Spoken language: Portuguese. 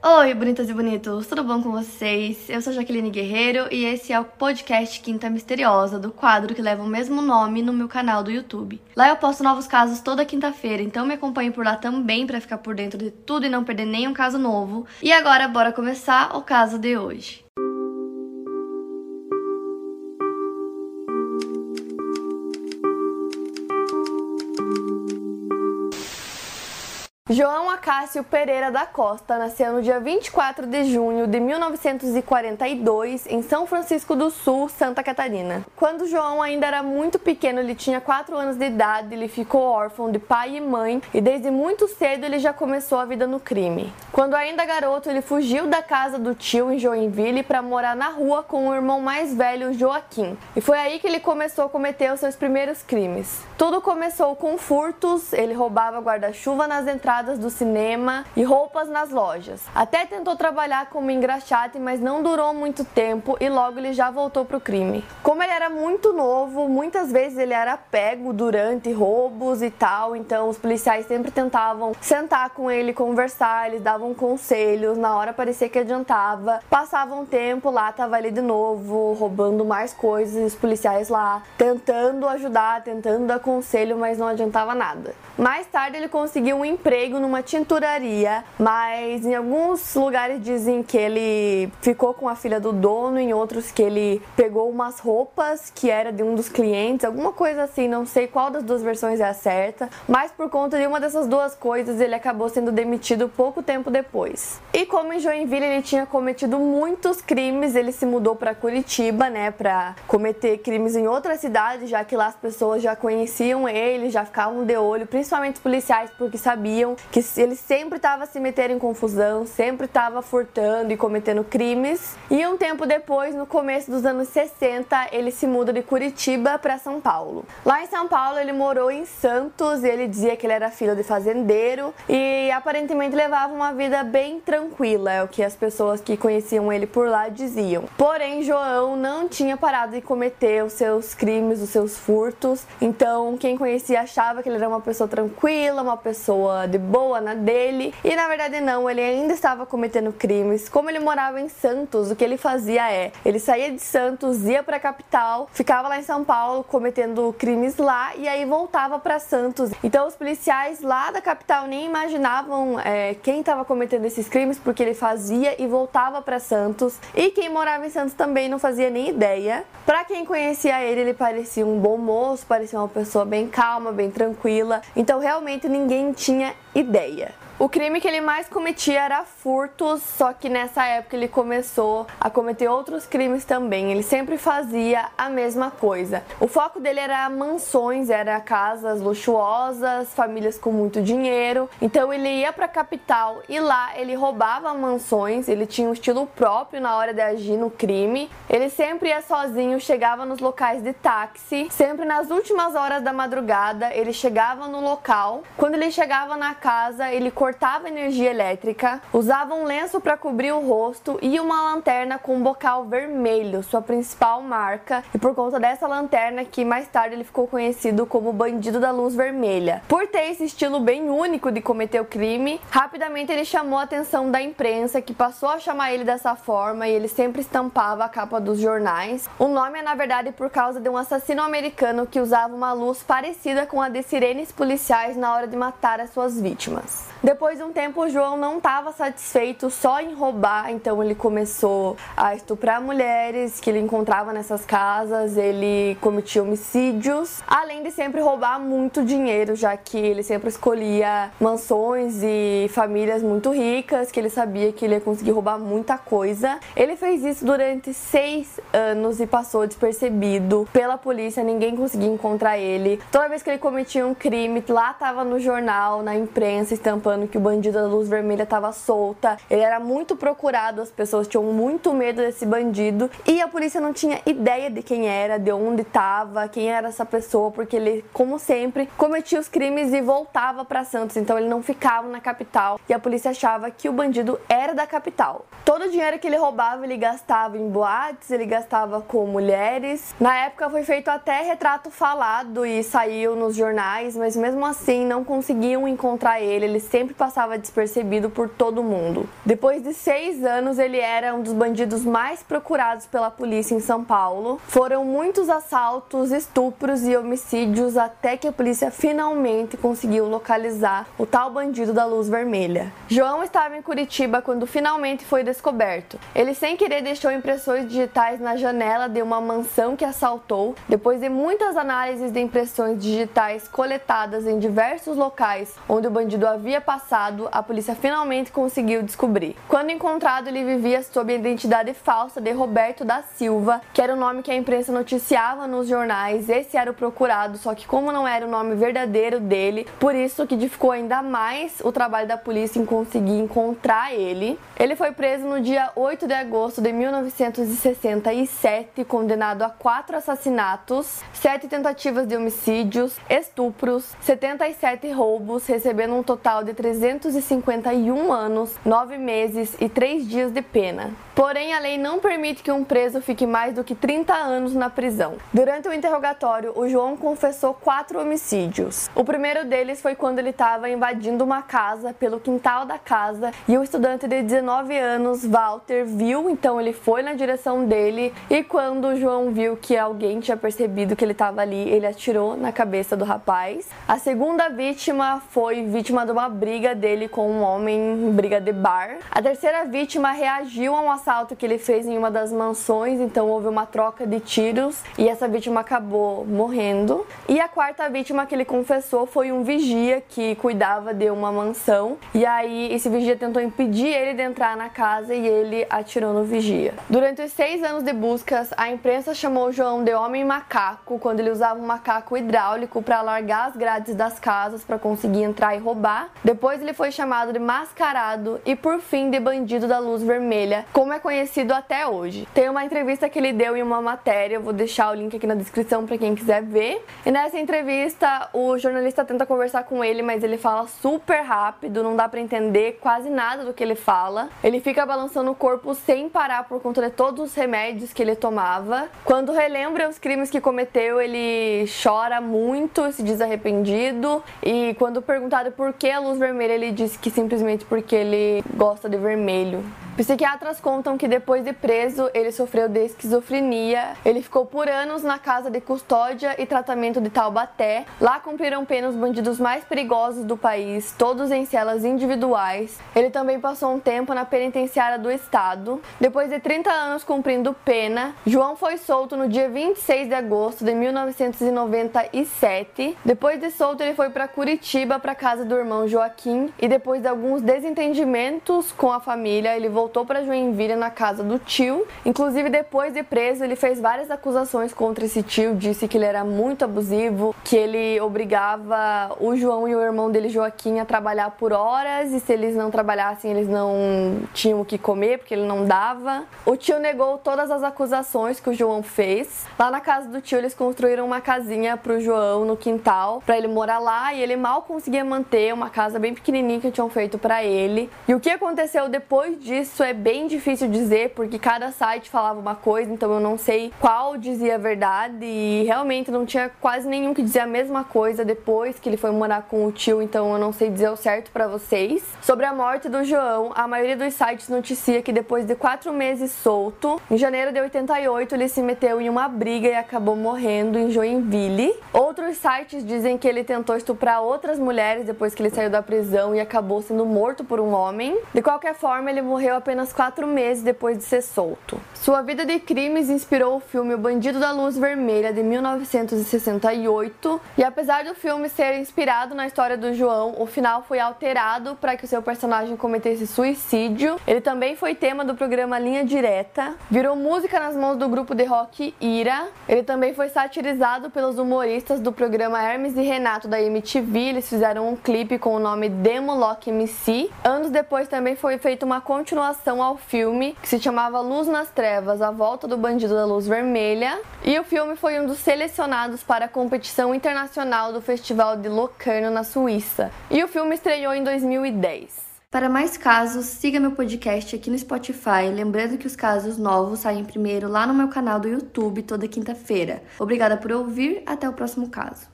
Oi, bonitas e bonitos, tudo bom com vocês? Eu sou Jaqueline Guerreiro e esse é o podcast Quinta Misteriosa, do quadro que leva o mesmo nome no meu canal do YouTube. Lá eu posto novos casos toda quinta-feira, então me acompanhe por lá também pra ficar por dentro de tudo e não perder nenhum caso novo. E agora, bora começar o caso de hoje. João Acácio Pereira da Costa nasceu no dia 24 de junho de 1942 em São Francisco do Sul, Santa Catarina. Quando João ainda era muito pequeno, ele tinha 4 anos de idade, ele ficou órfão de pai e mãe e desde muito cedo ele já começou a vida no crime. Quando ainda garoto, ele fugiu da casa do tio em Joinville para morar na rua com o irmão mais velho, Joaquim. E foi aí que ele começou a cometer os seus primeiros crimes. Tudo começou com furtos, ele roubava guarda-chuva nas entradas do cinema e roupas nas lojas. Até tentou trabalhar como engraxate, mas não durou muito tempo e logo ele já voltou pro crime. Como ele era muito novo, muitas vezes ele era pego durante roubos e tal, então os policiais sempre tentavam sentar com ele, conversar, eles davam conselhos, na hora parecia que adiantava. Passava um tempo lá, tava ele de novo, roubando mais coisas, os policiais lá tentando ajudar, tentando dar conselho, mas não adiantava nada. Mais tarde ele conseguiu um emprego numa tinturaria, mas em alguns lugares dizem que ele ficou com a filha do dono, em outros que ele pegou umas roupas que era de um dos clientes, alguma coisa assim, não sei qual das duas versões é a certa, mas por conta de uma dessas duas coisas ele acabou sendo demitido pouco tempo depois. E como em Joinville ele tinha cometido muitos crimes, ele se mudou para Curitiba, para cometer crimes em outra cidade, já que lá as pessoas já conheciam ele, já ficavam de olho, principalmente os policiais, porque sabiam que ele sempre estava se metendo em confusão, sempre estava furtando e cometendo crimes. E um tempo depois, no começo dos anos 60, ele se muda de Curitiba para São Paulo. Lá em São Paulo ele morou em Santos e ele dizia que ele era filho de fazendeiro e aparentemente levava uma vida bem tranquila, é o que as pessoas que conheciam ele por lá diziam. Porém, João não tinha parado de cometer os seus crimes, os seus furtos, então quem conhecia achava que ele era uma pessoa tranquila, uma pessoa de boa na dele, e na verdade não, ele ainda estava cometendo crimes. Como ele morava em Santos, o que ele fazia ele saía de Santos, ia para a capital, ficava lá em São Paulo cometendo crimes lá e aí voltava para Santos. Então os policiais lá da capital nem imaginavam quem estava cometendo esses crimes, porque ele fazia e voltava para Santos, e quem morava em Santos também não fazia nem ideia. Para quem conhecia ele parecia um bom moço, parecia uma pessoa bem calma, bem tranquila, então realmente ninguém tinha ideia. O crime que ele mais cometia era furtos, só que nessa época ele começou a cometer outros crimes também. Ele sempre fazia a mesma coisa. O foco dele era mansões, era casas luxuosas, famílias com muito dinheiro. Então ele ia para a capital e lá ele roubava mansões, ele tinha um estilo próprio na hora de agir no crime. Ele sempre ia sozinho, chegava nos locais de táxi, sempre nas últimas horas da madrugada ele chegava no local. Quando ele chegava na casa, ele cortava energia elétrica, usava um lenço para cobrir o rosto e uma lanterna com um bocal vermelho, sua principal marca, e por conta dessa lanterna que mais tarde ele ficou conhecido como Bandido da Luz Vermelha. Por ter esse estilo bem único de cometer o crime, rapidamente ele chamou a atenção da imprensa, que passou a chamar ele dessa forma, e ele sempre estampava a capa dos jornais. O nome é na verdade por causa de um assassino americano que usava uma luz parecida com a de sirenes policiais na hora de matar as suas vítimas. Depois de um tempo, o João não estava satisfeito só em roubar, então ele começou a estuprar mulheres que ele encontrava nessas casas, ele cometia homicídios, além de sempre roubar muito dinheiro, já que ele sempre escolhia mansões e famílias muito ricas, que ele sabia que ele ia conseguir roubar muita coisa. Ele fez isso durante 6 anos e passou despercebido pela polícia, ninguém conseguia encontrar ele. Toda vez que ele cometia um crime, lá estava no jornal, na imprensa, estampando que o Bandido da Luz Vermelha estava solta. Ele era muito procurado, as pessoas tinham muito medo desse bandido e a polícia não tinha ideia de quem era, de onde estava, quem era essa pessoa, porque ele, como sempre, cometia os crimes e voltava para Santos, então ele não ficava na capital e a polícia achava que o bandido era da capital. Todo o dinheiro que ele roubava ele gastava em boates, ele gastava com mulheres. Na época foi feito até retrato falado e saiu nos jornais, mas mesmo assim não conseguiam encontrar ele, ele sempre sempre passava despercebido por todo mundo. Depois de 6 anos, ele era um dos bandidos mais procurados pela polícia em São Paulo. Foram muitos assaltos, estupros e homicídios até que a polícia finalmente conseguiu localizar o tal bandido da luz vermelha. João estava em Curitiba quando finalmente foi descoberto. Ele, sem querer, deixou impressões digitais na janela de uma mansão que assaltou. Depois de muitas análises de impressões digitais coletadas em diversos locais onde o bandido havia passado, a polícia finalmente conseguiu descobrir. Quando encontrado, ele vivia sob a identidade falsa de Roberto da Silva, que era o nome que a imprensa noticiava nos jornais. Esse era o procurado, só que como não era o nome verdadeiro dele, por isso que dificultou ainda mais o trabalho da polícia em conseguir encontrar ele. Ele foi preso no dia 8 de agosto de 1967, condenado a 4 assassinatos, 7 tentativas de homicídios, estupros, 77 roubos, recebendo um total de 351 anos, 9 meses e 3 dias de pena. Porém, a lei não permite que um preso fique mais do que 30 anos na prisão. Durante o interrogatório, o João confessou 4 homicídios. O primeiro deles foi quando ele estava invadindo uma casa pelo quintal da casa e o estudante de 19 anos, Walter, viu, então ele foi na direção dele e quando o João viu que alguém tinha percebido que ele estava ali, ele atirou na cabeça do rapaz. A segunda vítima foi vítima de uma briga dele com um homem, briga de bar. A terceira vítima reagiu a um assalto que ele fez em uma das mansões, então houve uma troca de tiros e essa vítima acabou morrendo. E a quarta vítima que ele confessou foi um vigia que cuidava de uma mansão e aí esse vigia tentou impedir ele de entrar na casa e ele atirou no vigia. Durante os 6 anos de buscas, a imprensa chamou o João de homem macaco quando ele usava um macaco hidráulico para alargar as grades das casas para conseguir entrar e roubar. Depois ele foi chamado de mascarado e por fim de bandido da luz vermelha, como é conhecido até hoje. Tem uma entrevista que ele deu em uma matéria, eu vou deixar o link aqui na descrição para quem quiser ver. E nessa entrevista, o jornalista tenta conversar com ele, mas ele fala super rápido, não dá para entender quase nada do que ele fala. Ele fica balançando o corpo sem parar por conta de todos os remédios que ele tomava. Quando relembra os crimes que cometeu, ele chora muito, se diz arrependido. E quando perguntado por que a luz vermelha, ele disse que simplesmente porque ele gosta de vermelho. Psiquiatras contam que depois de preso, ele sofreu de esquizofrenia. Ele ficou por anos na casa de custódia e tratamento de Taubaté. Lá cumpriram pena os bandidos mais perigosos do país, todos em celas individuais. Ele também passou um tempo na penitenciária do estado. Depois de 30 anos cumprindo pena, João foi solto no dia 26 de agosto de 1997. Depois de solto, ele foi para Curitiba, para casa do irmão Joaquim, e depois de alguns desentendimentos com a família, ele voltou para Joinville na casa do tio. Inclusive, depois de preso, ele fez várias acusações contra esse tio, disse que ele era muito abusivo, que ele obrigava o João e o irmão dele, Joaquim, a trabalhar por horas, e se eles não trabalhassem, eles não tinham o que comer, porque ele não dava. O tio negou todas as acusações que o João fez. Lá na casa do tio, eles construíram uma casinha pro João no quintal, para ele morar lá, e ele mal conseguia manter uma casa bem pequenininha que tinham feito para ele. E o que aconteceu depois disso é bem difícil dizer, porque cada site falava uma coisa, então eu não sei qual dizia a verdade, e realmente não tinha quase nenhum que dizia a mesma coisa depois que ele foi morar com o tio, então eu não sei dizer o certo pra vocês. Sobre a morte do João, a maioria dos sites noticia que depois de 4 meses solto, em janeiro de 88, ele se meteu em uma briga e acabou morrendo em Joinville. Outros sites dizem que ele tentou estuprar outras mulheres depois que ele saiu da prisão e acabou sendo morto por um homem. De qualquer forma, ele morreu apenas 4 meses depois de ser solto. Sua vida de crimes inspirou o filme O Bandido da Luz Vermelha, de 1968, e apesar do filme ser inspirado na história do João, o final foi alterado para que o seu personagem cometesse suicídio. Ele também foi tema do programa Linha Direta, virou música nas mãos do grupo de rock Ira. Ele também foi satirizado pelos humoristas do programa Hermes e Renato da MTV, eles fizeram um clipe com o nome Demo Lock MC. Anos depois também foi feita uma continuação ao filme, que se chamava Luz nas Trevas, A Volta do Bandido da Luz Vermelha, e o filme foi um dos selecionados para a competição internacional do Festival de Locarno, na Suíça, e o filme estreou em 2010. Para mais casos, siga meu podcast aqui no Spotify, lembrando que os casos novos saem primeiro lá no meu canal do YouTube toda quinta-feira. Obrigada por ouvir, até o próximo caso.